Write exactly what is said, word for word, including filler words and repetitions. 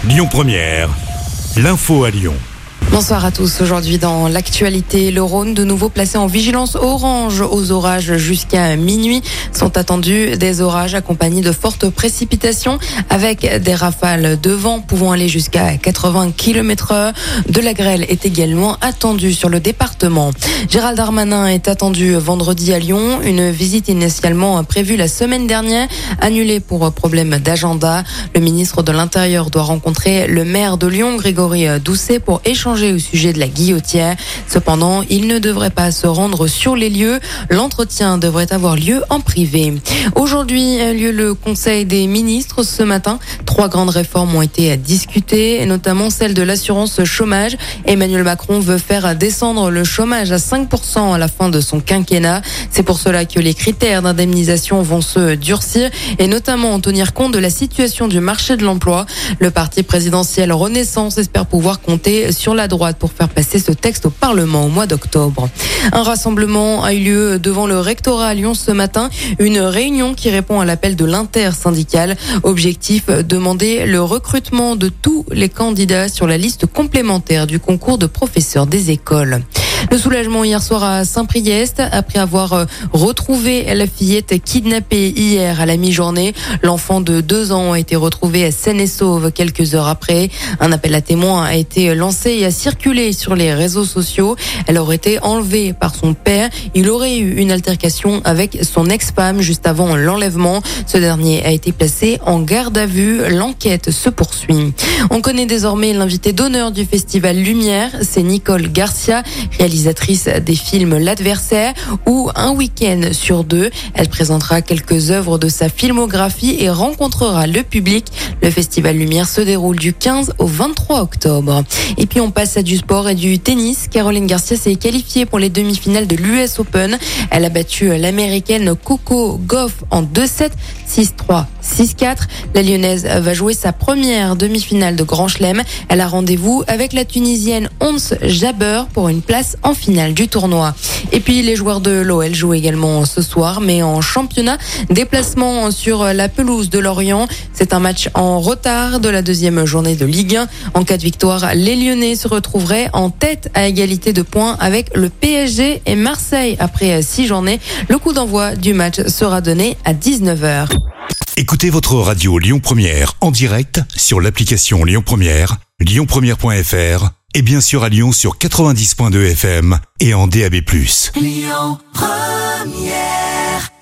Lyon Première, l'info à Lyon. Bonsoir à tous. Aujourd'hui dans l'actualité, le Rhône de nouveau placé en vigilance orange aux orages jusqu'à minuit. Sont attendus des orages accompagnés de fortes précipitations avec des rafales de vent pouvant aller jusqu'à quatre-vingts kilomètres heure. De la grêle est également attendue sur le département. Gérald Darmanin est attendu vendredi à Lyon. Une visite initialement prévue la semaine dernière, annulée pour problème d'agenda. Le ministre de l'Intérieur doit rencontrer le maire de Lyon, Grégory Doucet, pour échanger au sujet de la guillotière. Cependant, il ne devrait pas se rendre sur les lieux. L'entretien devrait avoir lieu en privé. Aujourd'hui a lieu le Conseil des ministres ce matin. Trois grandes réformes ont été discutées, notamment celle de l'assurance chômage. Emmanuel Macron veut faire descendre le chômage à cinq pour cent à la fin de son quinquennat. C'est pour cela que les critères d'indemnisation vont se durcir et notamment en tenir compte de la situation du marché de l'emploi. Le parti présidentiel Renaissance espère pouvoir compter sur la droite pour faire passer ce texte au Parlement au mois d'octobre. Un rassemblement a eu lieu devant le rectorat à Lyon ce matin. Une réunion qui répond à l'appel de l'intersyndicale. Objectif, demander le recrutement de tous les candidats sur la liste complémentaire du concours de professeurs des écoles. Le soulagement hier soir à Saint-Priest après avoir retrouvé la fillette kidnappée hier à la mi-journée. L'enfant de deux ans a été retrouvé saine et sauve quelques heures après. Un appel à témoins a été lancé et a circulé sur les réseaux sociaux. Elle aurait été enlevée par son père. Il aurait eu une altercation avec son ex-femme juste avant l'enlèvement. Ce dernier a été placé en garde à vue. L'enquête se poursuit. On connaît désormais l'invité d'honneur du festival Lumière. C'est Nicole Garcia, réalisatrice des films L'Adversaire ou Un week-end sur deux. Elle présentera quelques œuvres de sa filmographie et rencontrera le public. Le festival Lumière se déroule du quinze au vingt-trois octobre. Et puis on passe à du sport et du tennis. Caroline Garcia s'est qualifiée pour les demi-finales de l'U S Open. Elle a battu l'américaine Coco Gauff en deux sept, six trois, six quatre. La lyonnaise va jouer sa première demi-finale de Grand Chelem. Elle a rendez-vous avec la tunisienne Ons Jabeur pour une place en finale du tournoi. Et puis les joueurs de l'O L jouent également ce soir, mais en championnat. Déplacement sur la pelouse de Lorient. C'est un match en retard de la deuxième journée de Ligue un. En cas de victoire, les Lyonnais se retrouveraient en tête à égalité de points avec le P S G et Marseille après six journées. Le coup d'envoi du match sera donné à dix-neuf heures. Écoutez votre radio Lyon Première en direct sur l'application Lyon Première, lyon première point f r et bien sûr à Lyon sur quatre-vingt-dix point deux F M et en D A B plus. Lyon Première.